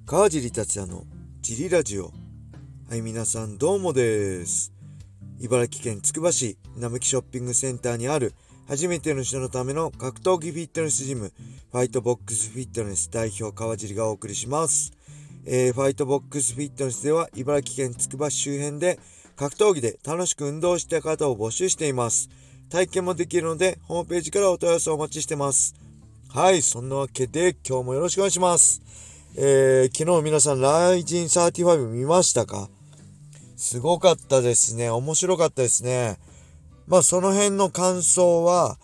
川尻達也のジリラジオ。はい、皆さんどうもです。茨城県つくば市並木ショッピングセンターにある初めての人のための格闘技フィットネスジム、ファイトボックスフィットネス代表川尻がお送りします。ファイトボックスフィットネスでは茨城県つくば市周辺で格闘技で楽しく運動した方を募集しています。体験もできるのでホームページからお問い合わせをお待ちしてます。はい、そんなわけで今日もよろしくお願いします。昨日皆さんライジン35見ましたか？すごかったですね。面白かったですね。その辺の感想は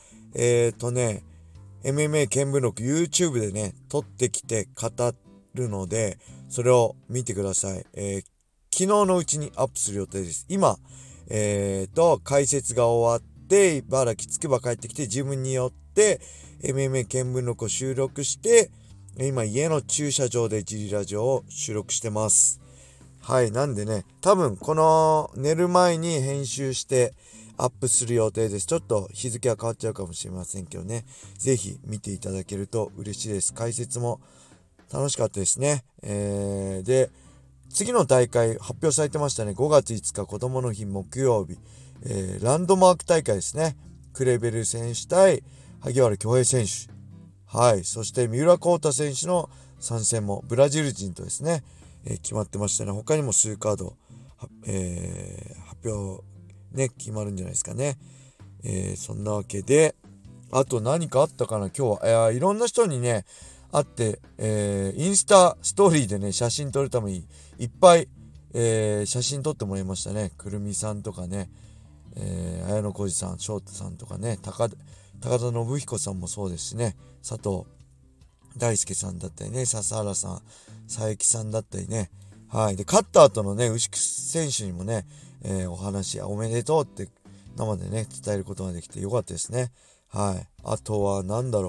MMA 見聞録 YouTube でね撮ってきて語るので、それを見てください。昨日のうちにアップする予定です。今解説が終わって茨城つくば帰ってきてジムに寄って MMA 見聞録を収録して、今家の駐車場でジリラジオを収録してます。はい、なんでね、多分この寝る前に編集してアップする予定です。ちょっと日付は変わっちゃうかもしれませんけどね、ぜひ見ていただけると嬉しいです。解説も楽しかったですね。で、次の大会発表されてましたね。5月5日子供の日木曜日、ランドマーク大会ですね。クレベル選手対萩原恭平選手。はい。そして三浦孝太選手の参戦もブラジル人とですね、決まってましたね。他にも数カード、発表ね、決まるんじゃないですかね。そんなわけで、あと何かあったかな今日は。いろんな人にね、会って、インスタストーリーでね、写真撮るためにいっぱい、写真撮ってもらいましたね。くるみさんとかね、綾野浩二さん、翔太さんとかね、高田信彦さんもそうですしね、佐藤大輔さんだったりね、笹原さん、佐伯さんだったりね。はい。で、勝った後のね、牛久選手にもね、お話、おめでとうって生でね、伝えることができてよかったですね。はい。あとは、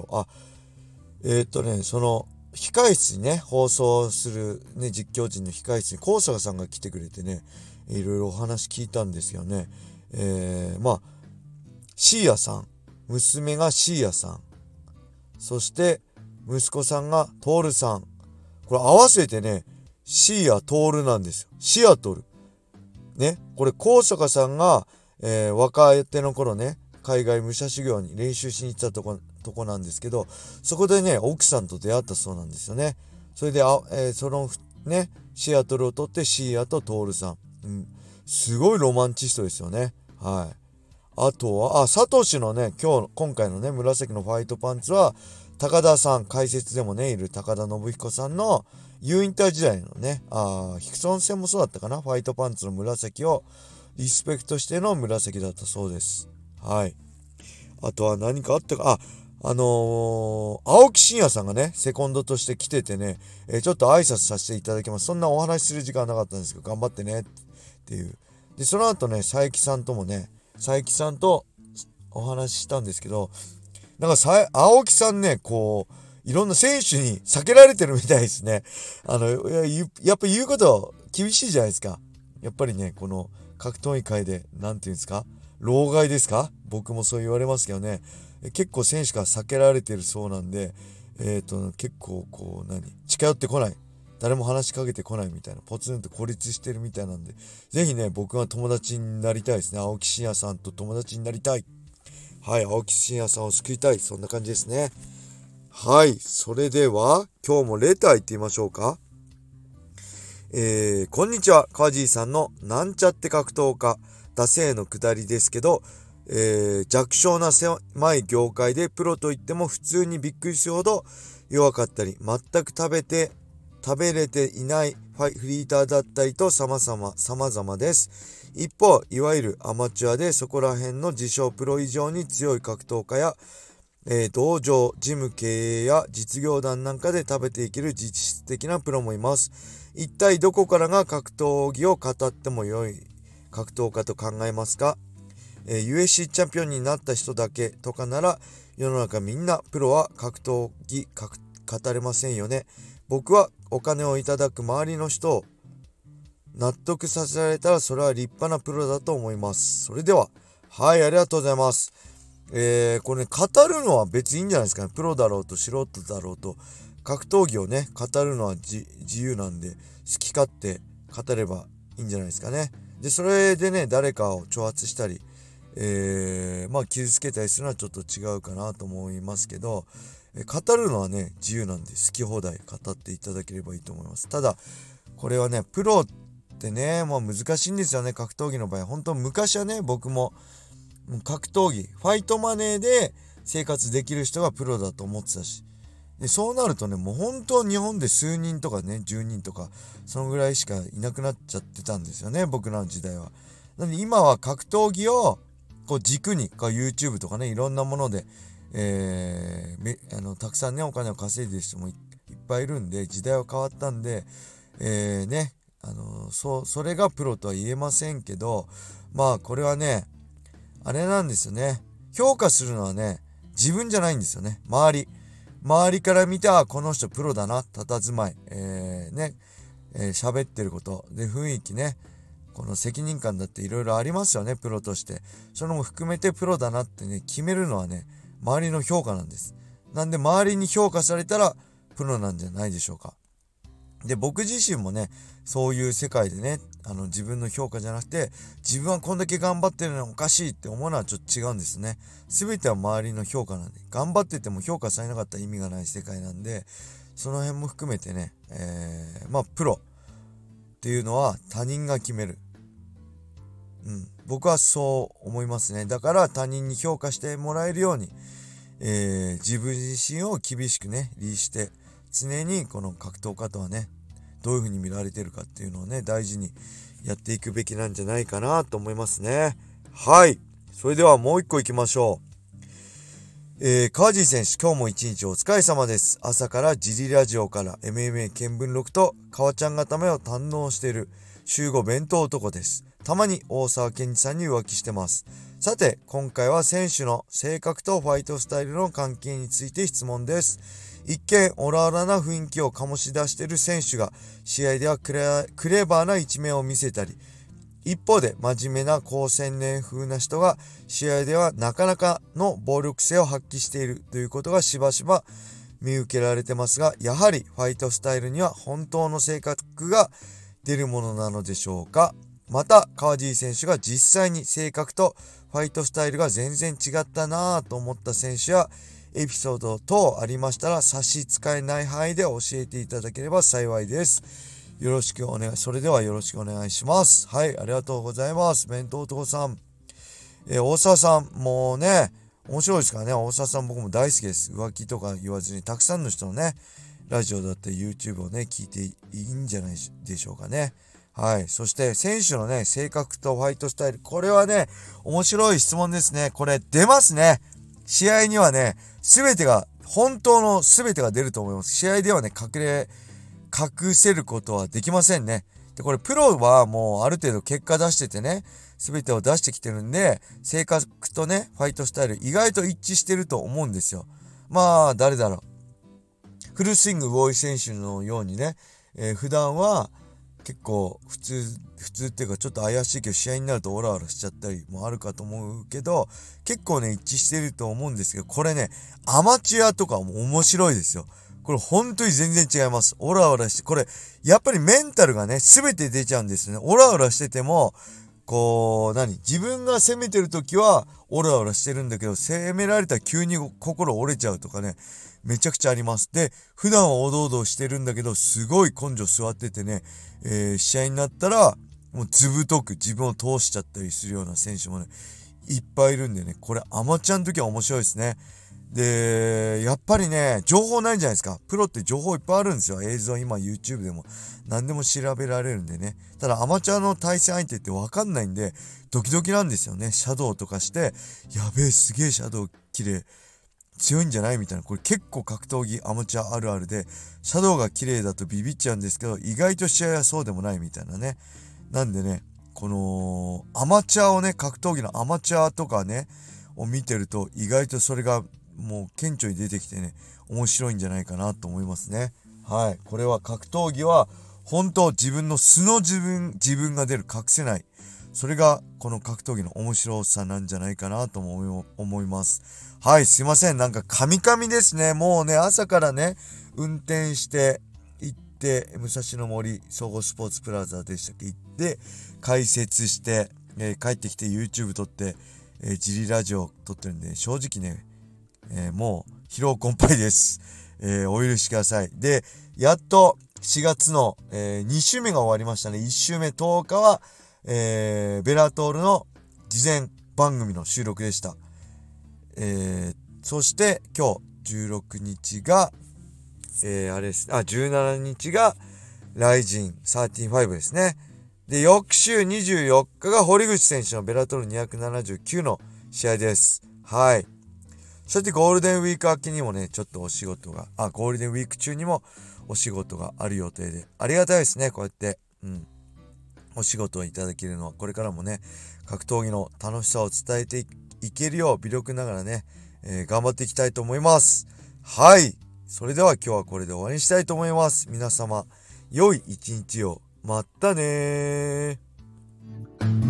その、控室にね、放送するね、実況陣の控室に高坂さんが来てくれてね、いろいろお話聞いたんですよね。シーヤさん、娘がシーヤさん、そして息子さんがトールさん。これ合わせてね、シーヤトールなんですよ。シアトル。ね、これ高坂さんが、若手の頃ね、海外武者修行に練習しに行ったとこなんですけど、そこでね、奥さんと出会ったそうなんですよね。それで、そのね、シアトルを取ってシーヤとトールさん。すごいロマンチストですよね。はい。あとは、サトシのね、今回のね、紫のファイトパンツは、高田さん、解説でもね、いる高田信彦さんの、ユーインター時代のね、ヒクソン戦もそうだったかな、ファイトパンツの紫を、リスペクトしての紫だったそうです。はい。あとは何かあったか、青木真也さんがね、セコンドとして来ててね、ちょっと挨拶させていただきます。そんなお話しする時間なかったんですけど、頑張ってね、っていう。で、その後ね、佐伯さんとお話ししたんですけど、なんか青木さんね、こう、いろんな選手に避けられてるみたいですね。やっぱ言うこと厳しいじゃないですか。やっぱりね、この格闘技界で、なんていうんですか、老害ですか？僕もそう言われますけどね。結構選手から避けられてるそうなんで、結構こう、近寄ってこない。誰も話しかけてこないみたいな、ポツンと孤立してるみたいなんで、ぜひね、僕は友達になりたいですね。青木真也さんと友達になりたい。はい、青木真也さんを救いたい。そんな感じですね。はい、それでは、今日もレター行ってみましょうか。こんにちは、川尻さんのなんちゃって格闘家、惰性の下りですけど、弱小な狭い業界でプロといっても普通にびっくりするほど弱かったり、全く食べれていないフリーターだったりと様々です。一方、いわゆるアマチュアでそこら辺の自称プロ以上に強い格闘家や、道場、ジム経営や実業団なんかで食べていける実質的なプロもいます。一体どこからが格闘技を語っても良い格闘家と考えますか？USC チャンピオンになった人だけとかなら世の中みんなプロは格闘技語れませんよね。僕はお金をいただく周りの人を納得させられたらそれは立派なプロだと思います。それでは、はい、ありがとうございます。これね、語るのは別にいいんじゃないですかね。プロだろうと素人だろうと格闘技をね、語るのは自由なんで、好き勝手語ればいいんじゃないですかね。で、それでね、誰かを挑発したり、傷つけたりするのはちょっと違うかなと思いますけど、語るのはね、自由なんで好き放題語っていただければいいと思います。ただ、これはね、プロってね、もう難しいんですよね、格闘技の場合。本当昔はね、僕も格闘技、ファイトマネーで生活できる人がプロだと思ってたし、でそうなるとね、もう本当日本で数人とかね、10人とかそのぐらいしかいなくなっちゃってたんですよね、僕らの時代は。なので今は格闘技をこう軸にYouTube とかね、いろんなもので、たくさんね、お金を稼いでる人もいっぱいいるんで、時代は変わったんで、それがプロとは言えませんけど、まあこれはね、あれなんですよね。評価するのはね、自分じゃないんですよね。周りから見て、この人プロだな、佇まい、喋ってることで、雰囲気ね、この責任感だっていろいろありますよね、プロとして。それも含めてプロだなってね、決めるのはね、周りの評価なんです。なんで周りに評価されたらプロなんじゃないでしょうか。で、僕自身もね、そういう世界でね、自分の評価じゃなくて、自分はこんだけ頑張ってるのはおかしいって思うのはちょっと違うんですね。全ては周りの評価なんで、頑張ってても評価されなかったら意味がない世界なんで、その辺も含めてね、プロっていうのは他人が決める。僕はそう思いますね。だから他人に評価してもらえるように、自分自身を厳しくね、律して、常にこの格闘家とはね、どういう風に見られてるかっていうのをね、大事にやっていくべきなんじゃないかなと思いますね。はい。それではもう一個行きましょう。川地選手、今日も一日お疲れ様です。朝からジリラジオから MMA 見聞録と川ちゃん固めを堪能している週5弁当男です。たまに大沢健二さんに浮気してます。さて、今回は選手の性格とファイトスタイルの関係について質問です。一見オラオラな雰囲気を醸し出している選手が試合ではクレバーな一面を見せたり、一方で真面目な好青年風な人が試合ではなかなかの暴力性を発揮しているということがしばしば見受けられてますが、やはりファイトスタイルには本当の性格が出るものなのでしょうか。また川地選手が実際に性格とファイトスタイルが全然違ったなぁと思った選手やエピソード等ありましたら差し支えない範囲で教えていただければ幸いです。それではよろしくお願いします。はい、ありがとうございます。弁当男さん。大沢さん、もうね、面白いですからね。大沢さん僕も大好きです。浮気とか言わずに、たくさんの人のね、ラジオだったり YouTube をね、聞いていいんじゃないでしょうかね。はい。そして、選手のね、性格とファイトスタイル。これはね、面白い質問ですね。これ、出ますね。試合にはね、本当の全てが出ると思います。試合ではね、隠せることはできませんね。で、これ、プロはもうある程度結果出しててね、全てを出してきてるんで、性格とね、ファイトスタイル、意外と一致してると思うんですよ。まあ、誰だろう。フルスイングボーイ選手のようにね、普段は結構普通っていうかちょっと怪しいけど試合になるとオラオラしちゃったりもあるかと思うけど、結構ね一致してると思うんですけど、これねアマチュアとかも面白いですよ。これ本当に全然違います。オラオラして、これやっぱりメンタルがね全て出ちゃうんですね。オラオラしてても自分が攻めてる時はオラオラしてるんだけど、攻められたら急に心折れちゃうとかね、めちゃくちゃあります。で、普段はおどおどしてるんだけど、すごい根性座っててね、試合になったら、もうずぶとく自分を通しちゃったりするような選手もね、いっぱいいるんでね、これアマチュアの時は面白いですね。で、やっぱりね、情報ないんじゃないですか。プロって情報いっぱいあるんですよ。映像今 YouTube でも何でも調べられるんでね。ただアマチュアの対戦相手ってわかんないんで、ドキドキなんですよね。シャドウとかして、やべえ、すげえシャドウ綺麗。強いんじゃないみたいな。これ結構格闘技アマチュアあるあるで、シャドウが綺麗だとビビっちゃうんですけど、意外と試合はそうでもないみたいなね。なんでね、このアマチュアをね、格闘技のアマチュアとかね、を見てると意外とそれがもう顕著に出てきてね、面白いんじゃないかなと思いますね。はい。これは格闘技は本当自分の素の自分が出る、隠せないそれがこの格闘技の面白さなんじゃないかなとも思います。はい、すいません。なんかカミカミですね。もうね、朝からね、運転して行って、武蔵野森総合スポーツプラザでしたっけ、行って、解説して、帰ってきて YouTube 撮って、ジリラジオ撮ってるんで、正直ね、もう疲労困憊です。お許しください。で、やっと4月の、2週目が終わりましたね。1週目10日は、ベラトールの事前番組の収録でした。そして今日16日が、あれです。17日がライジン35ですね。で、翌週24日が堀口選手のベラトール279の試合です。はい。そしてゴールデンウィーク明けにもね、ちょっとお仕事が、ゴールデンウィーク中にもお仕事がある予定で、ありがたいですね、こうやって。お仕事をいただけるのは、これからもね、格闘技の楽しさを伝えていけるよう、微力ながらね、頑張っていきたいと思います。はい。それでは今日はこれで終わりにしたいと思います。皆様、良い一日を。またねー。